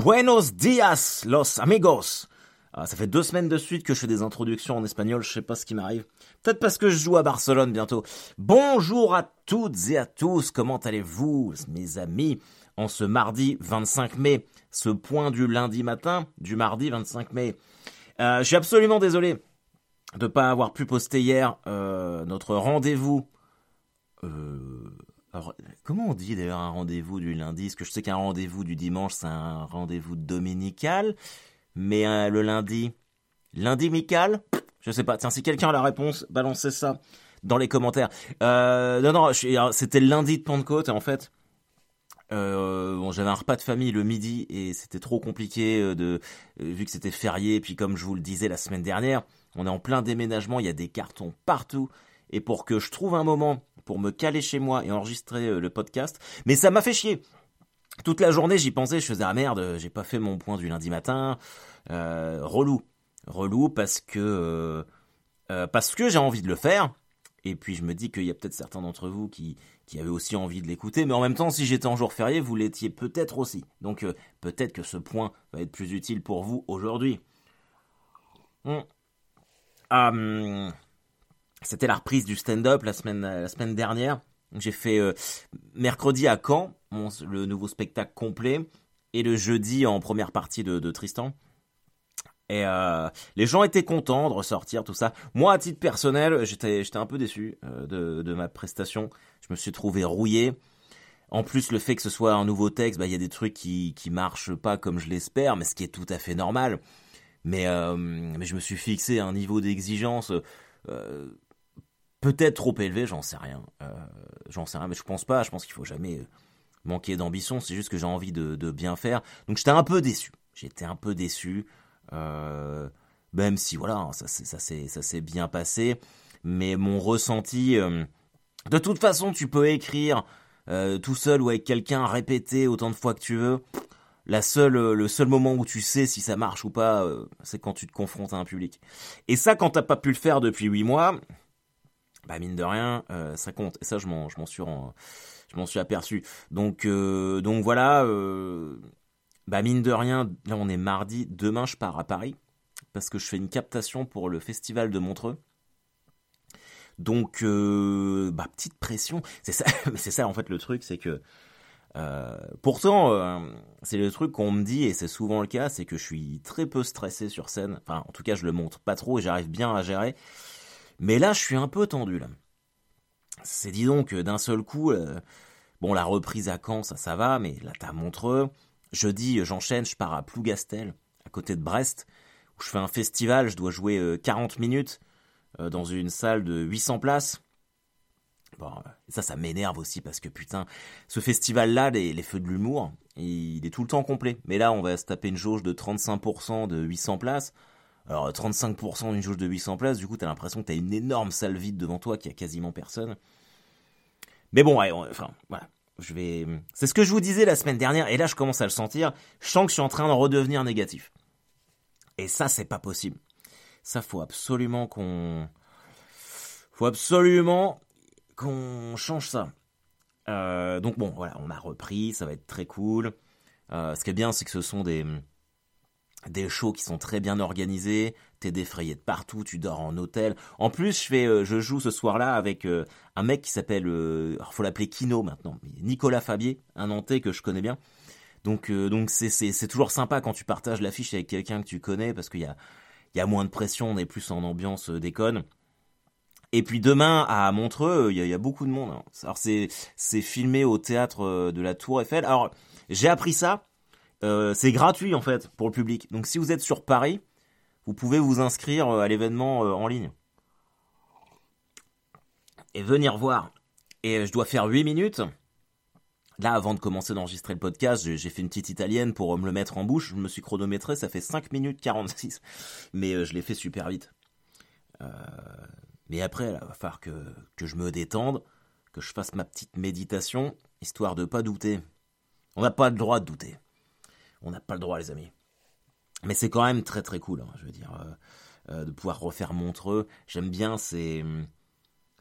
Buenos días, los amigos. Ça fait 2 semaines de suite que je fais des introductions en espagnol, je sais pas ce qui m'arrive. Peut-être parce que je joue à Barcelone bientôt. Bonjour à toutes et à tous, comment allez-vous, mes amis, en ce mardi 25 mai, ce point du lundi matin, du mardi 25 mai. Je suis absolument désolé de pas avoir pu poster hier notre rendez-vous. Alors, comment on dit d'ailleurs un rendez-vous du lundi? Parce que je sais qu'un rendez-vous du dimanche, c'est un rendez-vous dominical. Mais le lundi mical? Je sais pas. Tiens, si quelqu'un a la réponse, balancez ça dans les commentaires. Non, c'était le lundi de Pentecôte, et en fait, j'avais un repas de famille le midi, et c'était trop compliqué vu que c'était férié, et puis comme je vous le disais la semaine dernière, on est en plein déménagement, il y a des cartons partout, et pour que je trouve un moment pour me caler chez moi et enregistrer le podcast, mais ça m'a fait chier. Toute la journée, j'y pensais, je faisais merde, j'ai pas fait mon point du lundi matin, relou parce que j'ai envie de le faire, et puis je me dis qu'il y a peut-être certains d'entre vous qui avaient aussi envie de l'écouter, mais en même temps, si j'étais en jour férié, vous l'étiez peut-être aussi, donc peut-être que ce point va être plus utile pour vous aujourd'hui. C'était la reprise du stand-up la semaine dernière. J'ai fait mercredi à Caen, le nouveau spectacle complet, et le jeudi en première partie de Tristan. Et les gens étaient contents de ressortir, tout ça. Moi, à titre personnel, j'étais un peu déçu de ma prestation. Je me suis trouvé rouillé. En plus, le fait que ce soit un nouveau texte, y a des trucs qui marchent pas comme je l'espère, mais ce qui est tout à fait normal. Mais je me suis fixé un niveau d'exigence peut-être trop élevé, j'en sais rien, mais je pense qu'il faut jamais manquer d'ambition, c'est juste que j'ai envie de bien faire, donc j'étais un peu déçu, même si voilà, ça s'est bien passé, mais mon ressenti, de toute façon tu peux écrire tout seul ou avec quelqu'un, répéter autant de fois que tu veux, le seul moment où tu sais si ça marche ou pas, c'est quand tu te confrontes à un public, et ça quand t'as pas pu le faire depuis 8 mois, mine de rien, ça compte. Et ça, je m'en suis aperçu. Donc voilà. Mine de rien, là on est mardi. Demain, je pars à Paris parce que je fais une captation pour le festival de Montreux. Donc petite pression. C'est ça. C'est ça en fait le truc, c'est que pourtant c'est le truc qu'on me dit et c'est souvent le cas, c'est que je suis très peu stressé sur scène. Enfin, en tout cas, je le montre pas trop et j'arrive bien à gérer. Mais là, je suis un peu tendu, là. C'est dis donc, d'un seul coup, la reprise à Caen, ça va, mais là, t'as Montreux. Jeudi, j'enchaîne, je pars à Plougastel, à côté de Brest, où je fais un festival, je dois jouer 40 minutes dans une salle de 800 places. Bon, ça m'énerve aussi, parce que putain, ce festival-là, les Feux de l'Humour, il est tout le temps complet. Mais là, on va se taper une jauge de 35% de 800 places. Alors 35% d'une jauge de 800 places, du coup t'as l'impression que t'as une énorme salle vide devant toi, qu'il y a quasiment personne. Mais bon, voilà. C'est ce que je vous disais la semaine dernière, et là je commence à le sentir, je sens que je suis en train de redevenir négatif. Et ça, c'est pas possible. Ça, faut absolument qu'on change ça. Donc bon, voilà, on a repris, ça va être très cool. Ce qui est bien, c'est que ce sont des shows qui sont très bien organisés, t'es défrayé de partout, tu dors en hôtel. En plus, je joue ce soir-là avec un mec qui s'appelle, alors faut l'appeler Kino maintenant, Nicolas Fabier, un Nantais que je connais bien. Donc c'est toujours sympa quand tu partages l'affiche avec quelqu'un que tu connais, parce qu'il y a moins de pression, on est plus en ambiance déconne. Et puis demain à Montreux, il y a beaucoup de monde. Alors c'est filmé au théâtre de la Tour Eiffel. Alors j'ai appris ça. C'est gratuit en fait pour le public. Donc si vous êtes sur Paris, vous pouvez vous inscrire à l'événement en ligne. Et venir voir. Et je dois faire 8 minutes. Là, avant de commencer d'enregistrer le podcast, j'ai fait une petite italienne pour me le mettre en bouche. Je me suis chronométré, ça fait 5 minutes 46. Mais je l'ai fait super vite. Mais après, il va falloir que je me détende, que je fasse ma petite méditation, histoire de pas douter. On n'a pas le droit de douter. On n'a pas le droit, les amis. Mais c'est quand même très très cool, je veux dire, de pouvoir refaire Montreux. J'aime bien ces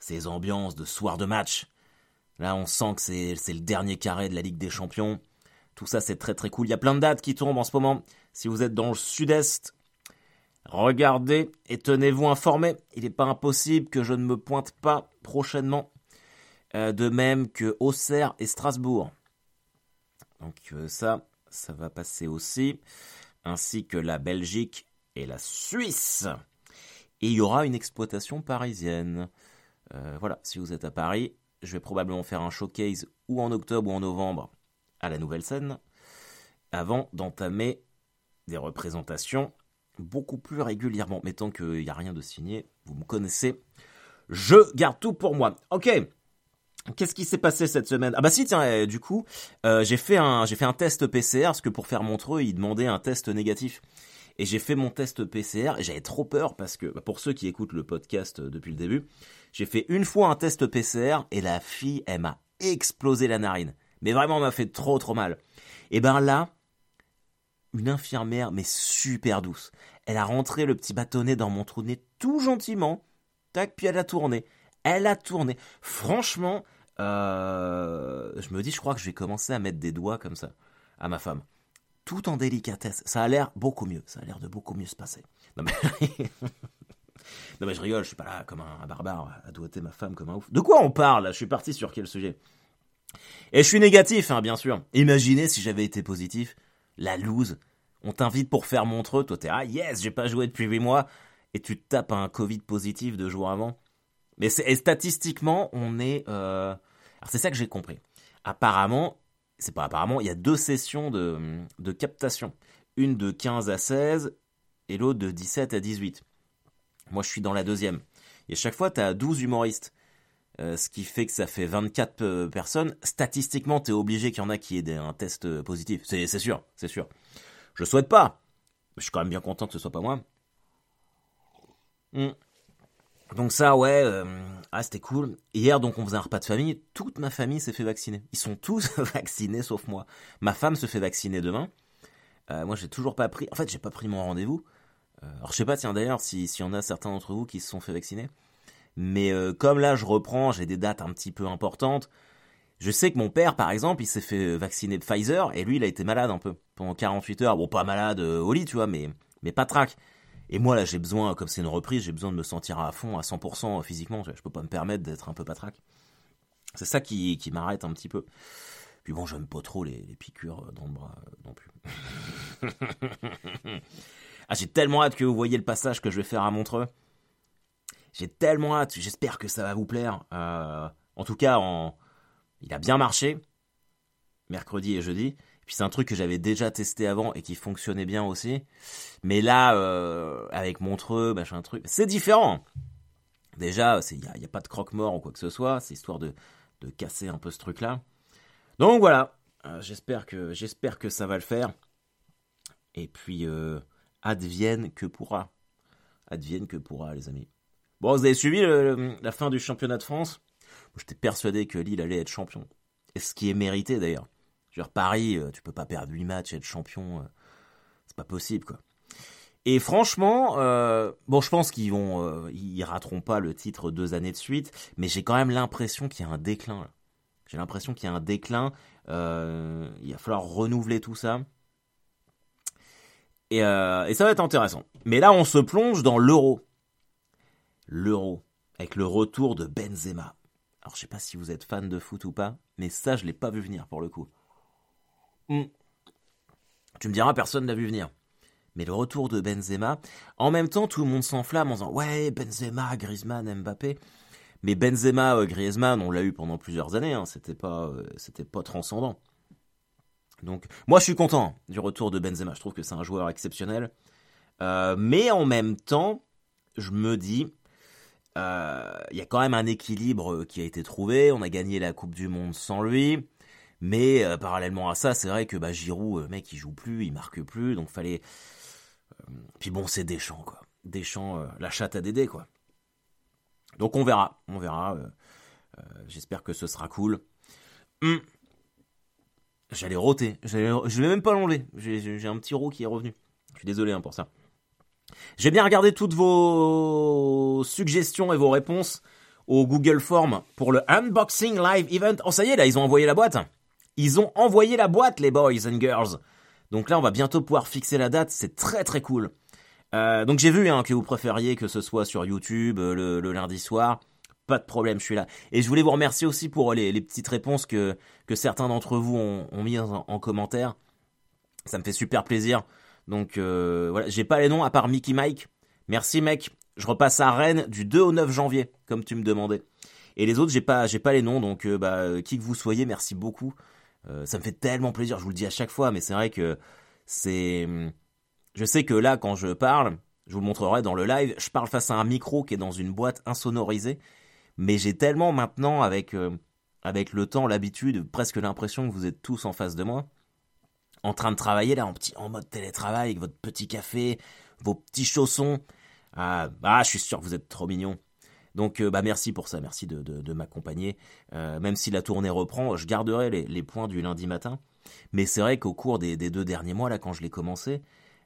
ambiances de soir de match. Là, on sent que c'est le dernier carré de la Ligue des Champions. Tout ça, c'est très très cool. Il y a plein de dates qui tombent en ce moment. Si vous êtes dans le sud-est, regardez et tenez-vous informés. Il n'est pas impossible que je ne me pointe pas prochainement. De même que Auxerre et Strasbourg. Donc ça va passer aussi. Ainsi que la Belgique et la Suisse. Et il y aura une exploitation parisienne. Voilà, si vous êtes à Paris, je vais probablement faire un showcase ou en octobre ou en novembre à la Nouvelle Scène, avant d'entamer des représentations beaucoup plus régulièrement. Mais tant qu'il n'y a rien de signé, vous me connaissez, je garde tout pour moi. Ok, qu'est-ce qui s'est passé cette semaine ? Ah bah si, tiens, du coup, j'ai fait un test PCR, parce que pour faire Montreux, ils demandaient un test négatif. Et j'ai fait mon test PCR, et j'avais trop peur, parce que, pour ceux qui écoutent le podcast depuis le début, j'ai fait une fois un test PCR, et la fille, elle m'a explosé la narine. Mais vraiment, elle m'a fait trop mal. Et ben là, une infirmière, mais super douce. Elle a rentré le petit bâtonnet dans mon trou de nez tout gentiment. Tac, puis elle a tourné. Franchement, je me dis, je crois que je vais commencer à mettre des doigts comme ça à ma femme. Tout en délicatesse. Ça a l'air beaucoup mieux. Ça a l'air de beaucoup mieux se passer. Non mais, non mais je rigole, je suis pas là comme un barbare à doigter ma femme comme un ouf. De quoi on parle là ? Je suis parti sur quel sujet ? Et je suis négatif, bien sûr. Imaginez si j'avais été positif. La loose. On t'invite pour faire Montreux. Toi, t'es yes, j'ai pas joué depuis 8 mois. Et tu te tapes un Covid positif 2 jours avant. Mais statistiquement, on est... Alors, c'est ça que j'ai compris. Apparemment, il y a 2 sessions de captation. Une de 15 à 16 et l'autre de 17 à 18. Moi, je suis dans la deuxième. Et chaque fois, t'as 12 humoristes. Ce qui fait que ça fait 24 personnes. Statistiquement, t'es obligé qu'il y en a qui aient un test positif. C'est sûr. Je souhaite pas. Je suis quand même bien content que ce soit pas moi. Donc ça, ouais, c'était cool. Hier, donc, on faisait un repas de famille. Toute ma famille s'est fait vacciner. Ils sont tous vaccinés, sauf moi. Ma femme se fait vacciner demain. Moi, j'ai toujours pas pris... En fait, j'ai pas pris mon rendez-vous. Alors, je sais pas, tiens, d'ailleurs, s'il y en a certains d'entre vous qui se sont fait vacciner. Mais comme là, je reprends, j'ai des dates un petit peu importantes. Je sais que mon père, par exemple, il s'est fait vacciner de Pfizer. Et lui, il a été malade un peu. Pendant 48 heures. Bon, pas malade au lit, tu vois, mais pas trac. Et moi, là, j'ai besoin, comme c'est une reprise, j'ai besoin de me sentir à fond, à 100% physiquement. Je peux pas me permettre d'être un peu patraque. C'est ça qui m'arrête un petit peu. Puis bon, j'aime pas trop les piqûres dans le bras non plus. J'ai tellement hâte que vous voyez le passage que je vais faire à Montreux. J'ai tellement hâte. J'espère que ça va vous plaire. En tout cas, il a bien marché. Mercredi et jeudi. Puis c'est un truc que j'avais déjà testé avant et qui fonctionnait bien aussi. Mais là, avec Montreux, machin truc, c'est différent. Déjà, il y a pas de croque-mort ou quoi que ce soit. C'est histoire de casser un peu ce truc-là. Donc voilà. J'espère que ça va le faire. Et puis, advienne que pourra. Advienne que pourra, les amis. Bon, vous avez suivi la fin du championnat de France ? J'étais persuadé que Lille allait être champion. Et ce qui est mérité d'ailleurs. Genre Paris, tu peux pas perdre 8 matchs et être champion. C'est pas possible, quoi. Et franchement, je pense ils rateront pas le titre 2 années de suite, mais j'ai quand même l'impression qu'il y a un déclin, là. J'ai l'impression qu'il y a un déclin. Il va falloir renouveler tout ça. Et ça va être intéressant. Mais là, on se plonge dans l'Euro. L'Euro, avec le retour de Benzema. Alors, je sais pas si vous êtes fan de foot ou pas, mais ça, je l'ai pas vu venir pour le coup. Tu me diras, personne l'a vu venir. Mais le retour de Benzema, en même temps, tout le monde s'enflamme en disant « Ouais, Benzema, Griezmann, Mbappé ». Mais Benzema, Griezmann, on l'a eu pendant plusieurs années, c'était pas transcendant. Donc, moi, je suis content du retour de Benzema. Je trouve que c'est un joueur exceptionnel. Mais en même temps, je me dis, il y a quand même un équilibre qui a été trouvé. On a gagné la Coupe du Monde sans lui. Mais parallèlement à ça, c'est vrai que Giroud, mec, il joue plus, il marque plus, donc fallait... Puis bon, c'est Deschamps, quoi. Deschamps, la chatte à Dédé, quoi. Donc on verra. J'espère que ce sera cool. J'allais roter. Je vais même pas l'enlever. J'ai un petit roux qui est revenu. Je suis désolé pour ça. J'ai bien regardé toutes vos suggestions et vos réponses au Google Form pour le Unboxing Live Event. Oh, ça y est, là, ils ont envoyé la boîte. Ils ont envoyé la boîte, les boys and girls. Donc là, on va bientôt pouvoir fixer la date. C'est très très cool. Donc j'ai vu que vous préfériez que ce soit sur YouTube le lundi soir. Pas de problème, je suis là. Et je voulais vous remercier aussi pour les petites réponses que certains d'entre vous ont mis en commentaire. Ça me fait super plaisir. Donc voilà, j'ai pas les noms à part Mickey Mike. Merci mec. Je repasse à Rennes du 2 au 9 janvier, comme tu me demandais. Et les autres, j'ai pas les noms, donc qui que vous soyez, merci beaucoup. Ça me fait tellement plaisir, je vous le dis à chaque fois, mais c'est vrai que c'est... Je sais que là, quand je parle, je vous le montrerai dans le live, je parle face à un micro qui est dans une boîte insonorisée, mais j'ai tellement maintenant, avec le temps, l'habitude, presque l'impression que vous êtes tous en face de moi, en train de travailler là, en mode télétravail, avec votre petit café, vos petits chaussons. Je suis sûr que vous êtes trop mignons. Donc merci pour ça, merci de m'accompagner. Même si la tournée reprend, je garderai les points du lundi matin. Mais c'est vrai qu'au cours des 2 derniers mois, là, quand je l'ai commencé,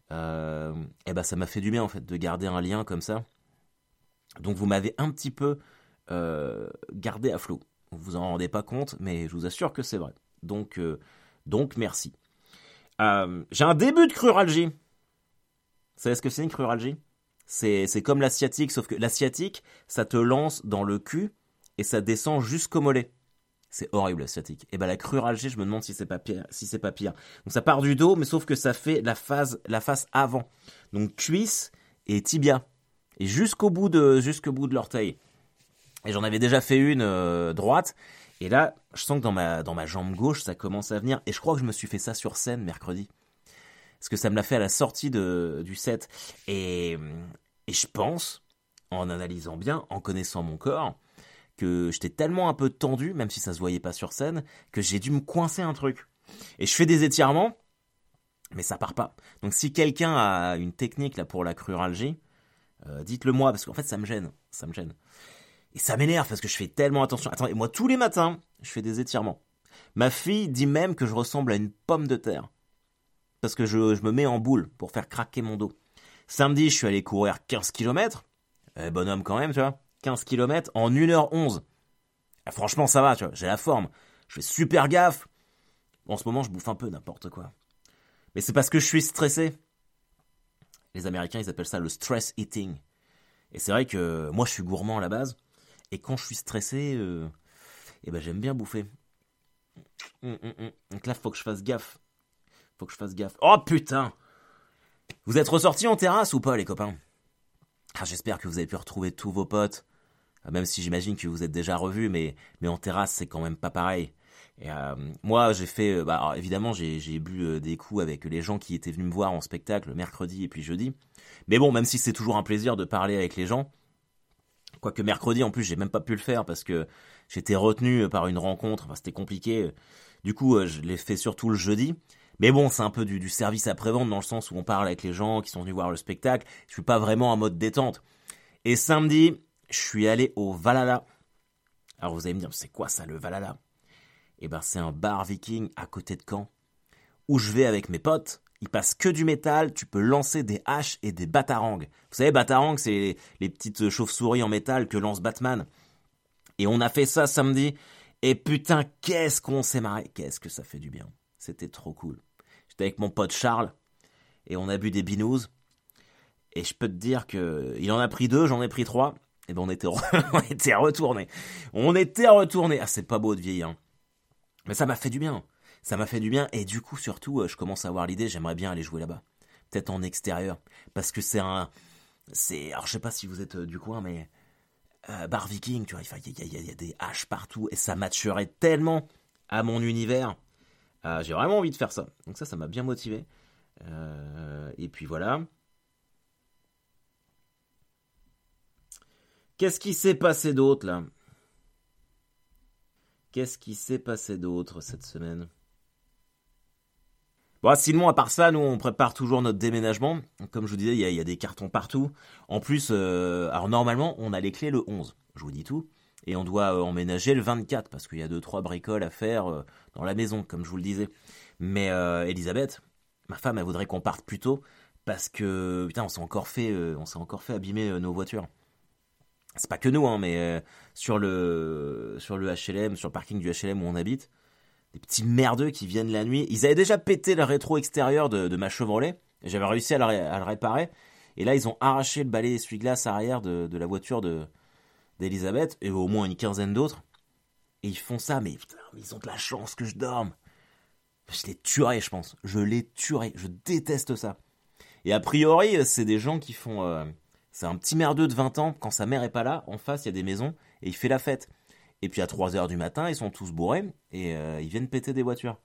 ça m'a fait du bien en fait de garder un lien comme ça. Donc vous m'avez un petit peu gardé à flot. Vous vous en rendez pas compte, mais je vous assure que c'est vrai. Donc merci. J'ai un début de cruralgie. Vous savez ce que c'est une cruralgie ? C'est comme l'asiatique, sauf que l'asiatique, ça te lance dans le cul et ça descend jusqu'au mollet. C'est horrible l'asiatique. Et la cruralgie, je me demande si c'est pas pire. Donc ça part du dos, mais sauf que ça fait la face avant. Donc cuisse et tibia. Et jusqu'au bout de l'orteil. Et j'en avais déjà fait une droite. Et là, je sens que dans ma jambe gauche, ça commence à venir. Et je crois que je me suis fait ça sur scène mercredi. Parce que ça me l'a fait à la sortie du set. Et je pense, en analysant bien, en connaissant mon corps, que j'étais tellement un peu tendu, même si ça se voyait pas sur scène, que j'ai dû me coincer un truc. Et je fais des étirements, mais ça part pas. Donc si quelqu'un a une technique là pour la cruralgie, dites-le moi, parce qu'en fait ça me gêne. Et ça m'énerve parce que je fais tellement attention. Attends, et moi tous les matins, je fais des étirements. Ma fille dit même que je ressemble à une pomme de terre. Parce que je me mets en boule pour faire craquer mon dos. Samedi, je suis allé courir 15 km. Bonhomme quand même, tu vois. 15 km en 1h11. Franchement, ça va, tu vois. J'ai la forme. Je fais super gaffe. En ce moment, je bouffe un peu n'importe quoi. Mais c'est parce que je suis stressé. Les Américains, ils appellent ça le stress eating. Et c'est vrai que moi, je suis gourmand à la base. Et quand je suis stressé, j'aime bien bouffer. Donc là, faut que je fasse gaffe. Oh putain! Vous êtes ressortis en terrasse ou pas, les copains? J'espère que vous avez pu retrouver tous vos potes. Même si j'imagine que vous êtes déjà revus, mais en terrasse, c'est quand même pas pareil. Et moi, j'ai fait... alors, évidemment, j'ai bu des coups avec les gens qui étaient venus me voir en spectacle mercredi et puis jeudi. Mais bon, même si c'est toujours un plaisir de parler avec les gens, quoique mercredi, en plus, j'ai même pas pu le faire parce que j'étais retenu par une rencontre. Enfin, c'était compliqué. Du coup, je l'ai fait surtout le jeudi. Mais bon, c'est un peu du service après-vente dans le sens où on parle avec les gens qui sont venus voir le spectacle. Je suis pas vraiment en mode détente. Et samedi, je suis allé au Valhalla. Alors vous allez me dire, c'est quoi ça le Valhalla ? C'est un bar viking à côté de Caen où je vais avec mes potes. Il passe que du métal, tu peux lancer des haches et des batarangs. Vous savez, batarangs, c'est les petites chauves-souris en métal que lance Batman. Et on a fait ça samedi. Et putain, qu'est-ce qu'on s'est marré. Qu'est-ce que ça fait du bien. C'était trop cool. J'étais avec mon pote Charles et on a bu des binous. Et je peux te dire que il en a pris 2, j'en ai pris 3. Et on était retournés. Ah, c'est pas beau de vieillir. Hein. Mais ça m'a fait du bien. Et du coup, surtout, je commence à avoir l'idée, j'aimerais bien aller jouer là-bas. Peut-être en extérieur. Parce que alors je sais pas si vous êtes du coin, mais bar viking, tu vois, il y a des haches partout. Et ça matcherait tellement à mon univers. J'ai vraiment envie de faire ça. Donc ça m'a bien motivé. Et puis voilà. Qu'est-ce qui s'est passé d'autre là ? Cette semaine ? Bon, sinon, à part ça, nous, on prépare toujours notre déménagement. Comme je vous disais, il y a des cartons partout. En plus, alors normalement, on a les clés le 11. Je vous dis tout. Et on doit emménager le 24 parce qu'il y a 2-3 bricoles à faire dans la maison, comme je vous le disais. Mais Elisabeth, ma femme, elle voudrait qu'on parte plus tôt parce que putain, on s'est encore fait abîmer nos voitures. C'est pas que nous, hein, mais sur le HLM, sur le parking du HLM où on habite, des petits merdeux qui viennent la nuit. Ils avaient déjà pété le rétro extérieur de ma Chevrolet. J'avais réussi à le réparer. Et là, ils ont arraché le balai essuie-glace arrière de la voiture d'Elisabeth, et au moins une quinzaine d'autres. Et ils font ça, mais putain, ils ont de la chance que je dorme. Je les tuerais, je pense. Je les tuerais. Je déteste ça. Et a priori, c'est des gens qui font... c'est un petit merdeux de 20 ans. Quand sa mère est pas là, en face, il y a des maisons, et il fait la fête. Et puis à 3h du matin, ils sont tous bourrés, et ils viennent péter des voitures.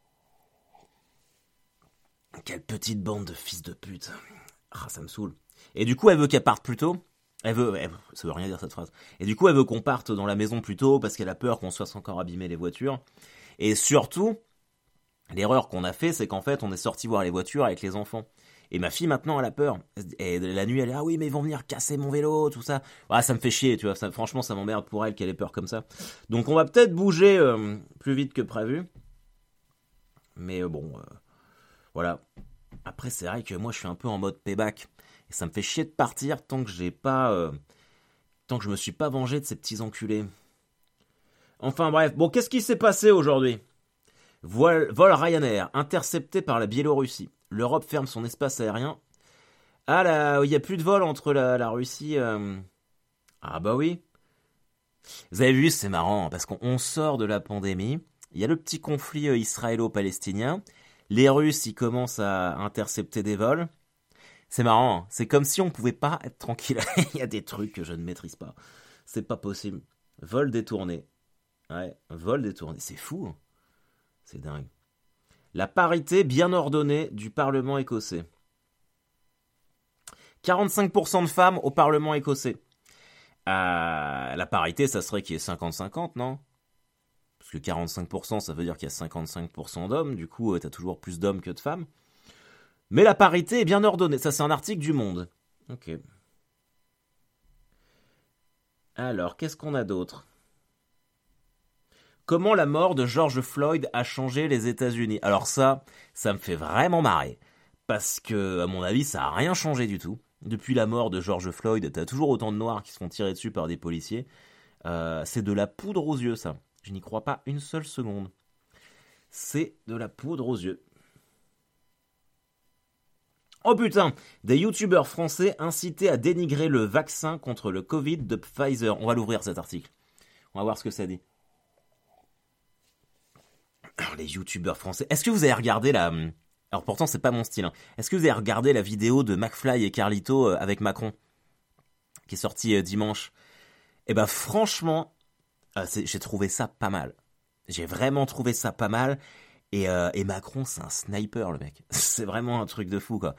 Quelle petite bande de fils de pute. Ah, ça me saoule. Et du coup, elle veut qu'elle parte plus tôt. Ça veut rien dire cette phrase. Et du coup, elle veut qu'on parte dans la maison plus tôt parce qu'elle a peur qu'on se fasse encore abîmer les voitures. Et surtout, l'erreur qu'on a fait, c'est qu'en fait, on est sorti voir les voitures avec les enfants. Et ma fille, maintenant, elle a peur. Et la nuit, elle est, ah oui, mais ils vont venir casser mon vélo, tout ça. Ah, ça me fait chier, tu vois. Franchement, ça m'emmerde pour elle qu'elle ait peur comme ça. Donc, on va peut-être bouger plus vite que prévu. Mais voilà. Après, c'est vrai que moi, je suis un peu en mode payback. Et ça me fait chier de partir tant que tant que je me suis pas vengé de ces petits enculés. Enfin bref, bon, qu'est-ce qui s'est passé aujourd'hui ? Vol Ryanair, intercepté par la Biélorussie. L'Europe ferme son espace aérien. Ah là, il n'y a plus de vol entre la Russie... Ah bah oui. Vous avez vu, c'est marrant, parce qu'on sort de la pandémie. Il y a le petit conflit israélo-palestinien. Les Russes, ils commencent à intercepter des vols. C'est marrant, hein. C'est comme si on pouvait pas être tranquille. Il y a des trucs que je ne maîtrise pas. C'est pas possible. Vol détourné. Ouais, vol détourné. C'est fou, hein. C'est dingue. La parité bien ordonnée du Parlement écossais. 45% de femmes au Parlement écossais. La parité, ça serait qu'il y ait 50-50, non ? Parce que 45%, ça veut dire qu'il y a 55% d'hommes. Du coup, t'as toujours plus d'hommes que de femmes. Mais la parité est bien ordonnée. Ça, c'est un article du Monde. Ok. Alors, qu'est-ce qu'on a d'autre ? Comment la mort de George Floyd a changé les États-Unis ? Alors ça me fait vraiment marrer. Parce que, à mon avis, ça n'a rien changé du tout. Depuis la mort de George Floyd, t'as toujours autant de noirs qui se font tirer dessus par des policiers. C'est de la poudre aux yeux, ça. Je n'y crois pas une seule seconde. C'est de la poudre aux yeux. Oh putain, des youtubeurs français incités à dénigrer le vaccin contre le Covid de Pfizer. On va l'ouvrir cet article. On va voir ce que ça dit. Alors, les youtubeurs français. Est-ce que vous avez regardé la... Alors pourtant c'est pas mon style. Hein. Est-ce que vous avez regardé la vidéo de McFly et Carlito avec Macron qui est sortie dimanche ? Eh ben franchement, j'ai trouvé ça pas mal. J'ai vraiment trouvé ça pas mal. Et Macron, c'est un sniper, le mec. C'est vraiment un truc de fou, quoi.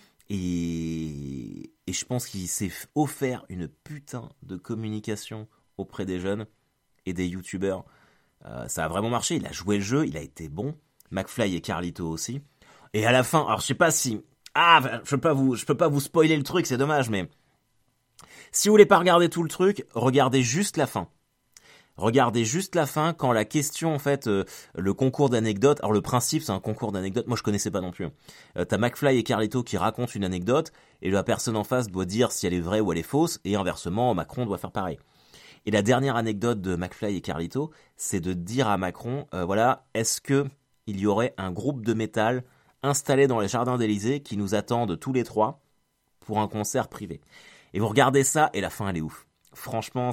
Et je pense qu'il s'est offert une putain de communication auprès des jeunes et des youtubeurs. Ça a vraiment marché. Il a joué le jeu, il a été bon. McFly et Carlito aussi. Et à la fin, alors je sais pas si... Ah, je peux pas vous spoiler le truc, c'est dommage, mais... Si vous voulez pas regarder tout le truc, regardez juste la fin. Regardez juste la fin quand la question, en fait, le concours d'anecdotes. Alors le principe, c'est un concours d'anecdotes. Moi, je connaissais pas non plus. T'as McFly et Carlito qui racontent une anecdote et la personne en face doit dire si elle est vraie ou elle est fausse. Et inversement, Macron doit faire pareil. Et la dernière anecdote de McFly et Carlito, c'est de dire à Macron, voilà, est-ce que il y aurait un groupe de métal installé dans les jardins d'Élysée qui nous attendent tous les trois pour un concert privé. Et vous regardez ça et la fin, elle est ouf. Franchement,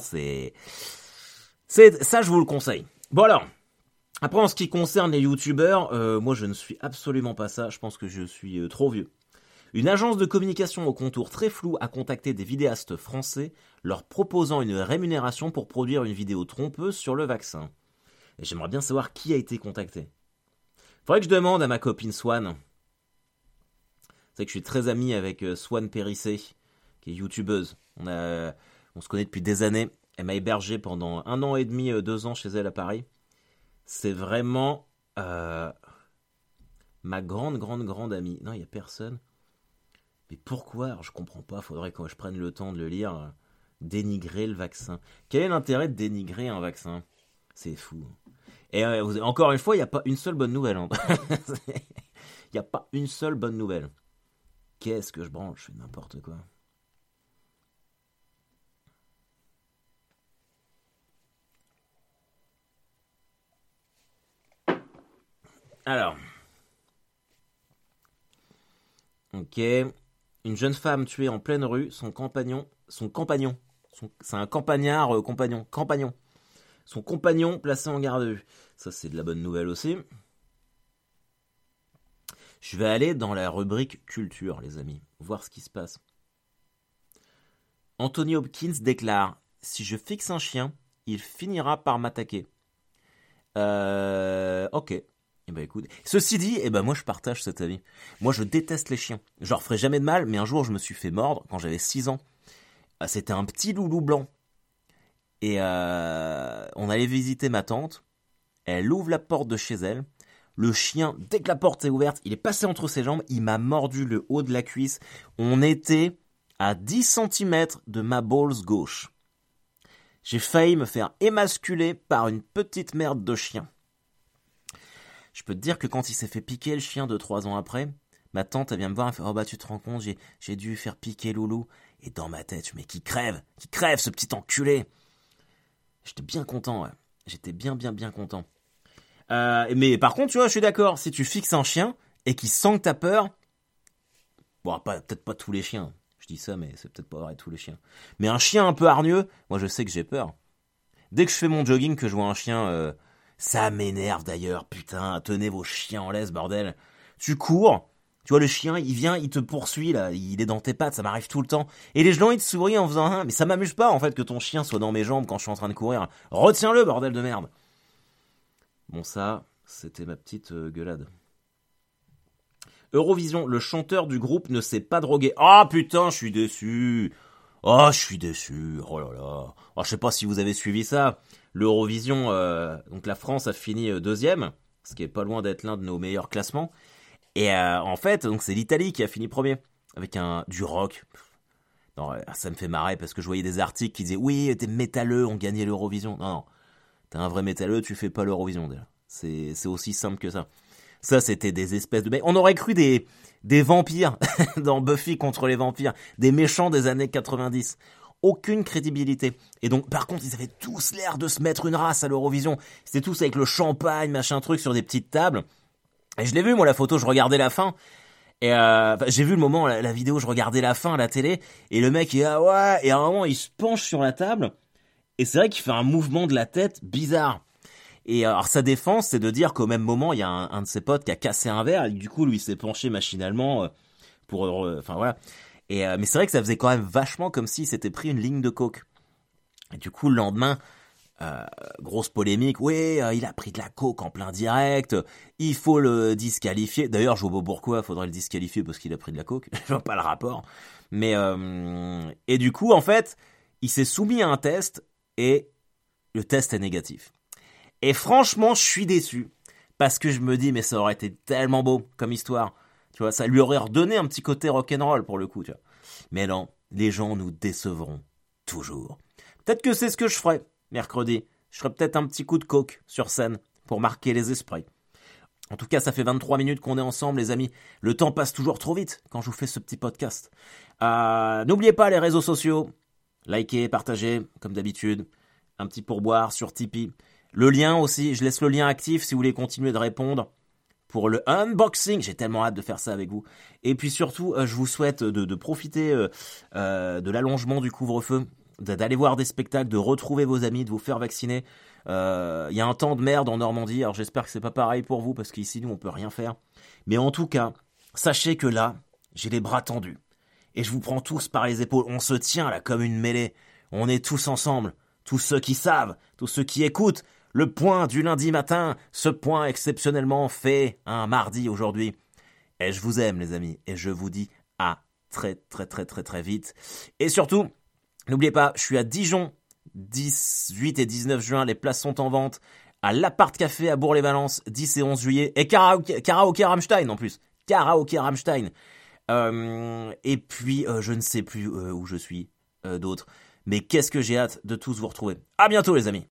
ça, je vous le conseille. Bon alors, après en ce qui concerne les youtubeurs, moi je ne suis absolument pas ça, je pense que je suis trop vieux. Une agence de communication au contour très flou a contacté des vidéastes français leur proposant une rémunération pour produire une vidéo trompeuse sur le vaccin. Et j'aimerais bien savoir qui a été contacté. Faudrait que je demande à ma copine Swan. C'est que je suis très ami avec Swan Périssé, qui est youtubeuse. On se connaît depuis des années. Elle m'a hébergé pendant 1 an et demi, 2 ans chez elle à Paris. C'est vraiment ma grande amie. Non, il n'y a personne. Mais pourquoi ? Alors, je comprends pas. Faudrait que je prenne le temps de le lire. Dénigrer le vaccin. Quel est l'intérêt de dénigrer un vaccin ? C'est fou. Et encore une fois, il n'y a pas une seule bonne nouvelle. Hein. Il n'y a pas une seule bonne nouvelle. Qu'est-ce que je branle ? Je fais n'importe quoi. Alors. Ok. Une jeune femme tuée en pleine rue, c'est un compagnon. Son compagnon placé en garde à vue. Ça, c'est de la bonne nouvelle aussi. Je vais aller dans la rubrique culture, les amis, voir ce qui se passe. Anthony Hopkins déclare: si je fixe un chien, il finira par m'attaquer. Ok. Eh ben écoute, ceci dit, moi je partage cet avis. Moi je déteste les chiens. Je leur ferai jamais de mal, mais un jour je me suis fait mordre quand j'avais 6 ans. C'était un petit loulou blanc. Et on allait visiter ma tante. Elle ouvre la porte de chez elle. Le chien, dès que la porte est ouverte, il est passé entre ses jambes. Il m'a mordu le haut de la cuisse. On était à 10 centimètres de ma balls gauche. J'ai failli me faire émasculer par une petite merde de chien. Je peux te dire que quand il s'est fait piquer le chien 2-3 ans après, ma tante elle vient me voir, elle fait: oh bah tu te rends compte, j'ai dû faire piquer Loulou. Et dans ma tête, je me dis: qui crève ce petit enculé. J'étais bien content, ouais. J'étais bien content. Mais par contre, tu vois, je suis d'accord, si tu fixes un chien et qu'il sent que t'as peur, bon, peut-être pas tous les chiens, je dis ça, mais c'est peut-être pas vrai tous les chiens. Mais un chien un peu hargneux, moi je sais que j'ai peur. Dès que je fais mon jogging, que je vois un chien, ça m'énerve d'ailleurs, putain, tenez vos chiens en laisse, bordel. Tu cours, tu vois le chien, il vient, il te poursuit là, il est dans tes pattes, ça m'arrive tout le temps. Et les gens ils te sourient en faisant un, mais ça m'amuse pas en fait que ton chien soit dans mes jambes quand je suis en train de courir. Retiens-le, bordel de merde. Bon ça, c'était ma petite gueulade. Eurovision, le chanteur du groupe ne s'est pas drogué. Ah putain, je suis déçu. Oh, je suis déçu. Oh là là. Oh, je sais pas si vous avez suivi ça. L'Eurovision, donc la France a fini deuxième, ce qui est pas loin d'être l'un de nos meilleurs classements. Et en fait, donc c'est l'Italie qui a fini premier avec du rock. Non, ça me fait marrer parce que je voyais des articles qui disaient: oui, t'es métalleux, on gagnait l'Eurovision. Non, t'es un vrai métalleux, tu fais pas l'Eurovision déjà. C'est aussi simple que ça. Ça, c'était des espèces de mecs. On aurait cru des vampires dans Buffy contre les vampires. Des méchants des années 90. Aucune crédibilité. Et donc, par contre, ils avaient tous l'air de se mettre une race à l'Eurovision. C'était tous avec le champagne, machin truc, sur des petites tables. Et je l'ai vu, moi, la photo, je regardais la fin. Et j'ai vu le moment, la vidéo, je regardais la fin à la télé. Et le mec, il est ouais. Et à un moment, il se penche sur la table. Et c'est vrai qu'il fait un mouvement de la tête bizarre. Et alors sa défense, c'est de dire qu'au même moment, il y a un de ses potes qui a cassé un verre, et du coup, lui, il s'est penché machinalement pour... Enfin, voilà. Et mais c'est vrai que ça faisait quand même vachement comme s'il s'était pris une ligne de coke. Et du coup, le lendemain, grosse polémique. Oui, il a pris de la coke en plein direct, il faut le disqualifier. D'ailleurs, je vois pas pourquoi il faudrait le disqualifier parce qu'il a pris de la coke. Je vois pas le rapport. Mais et du coup, en fait, il s'est soumis à un test, et le test est négatif. Et franchement, je suis déçu. Parce que je me dis, mais ça aurait été tellement beau comme histoire. Tu vois, ça lui aurait redonné un petit côté rock'n'roll pour le coup, tu vois. Mais non, les gens nous décevront. Toujours. Peut-être que c'est ce que je ferai mercredi. Je ferai peut-être un petit coup de coke sur scène pour marquer les esprits. En tout cas, ça fait 23 minutes qu'on est ensemble, les amis. Le temps passe toujours trop vite quand je vous fais ce petit podcast. N'oubliez pas les réseaux sociaux. Likez, partagez, comme d'habitude. Un petit pourboire sur Tipeee. Le lien aussi, je laisse le lien actif si vous voulez continuer de répondre pour le unboxing. J'ai tellement hâte de faire ça avec vous. Et puis surtout, je vous souhaite de profiter de l'allongement du couvre-feu, d'aller voir des spectacles, de retrouver vos amis, de vous faire vacciner. Il y a un temps de merde en Normandie, alors j'espère que c'est pas pareil pour vous, parce qu'ici, nous, on peut rien faire. Mais en tout cas, sachez que là, j'ai les bras tendus. Et je vous prends tous par les épaules. On se tient là comme une mêlée. On est tous ensemble. Tous ceux qui savent, tous ceux qui écoutent. Le point du lundi matin, ce point exceptionnellement fait un mardi aujourd'hui. Et je vous aime les amis, et je vous dis à très vite. Et surtout, n'oubliez pas, je suis à Dijon, 18 et 19 juin, les places sont en vente. À l'Appart Café à Bourg-les-Valences, 10 et 11 juillet. Et karaoké Rammstein en plus. Karaoké Rammstein. Et puis, je ne sais plus où je suis d'autres. Mais qu'est-ce que j'ai hâte de tous vous retrouver. À bientôt les amis.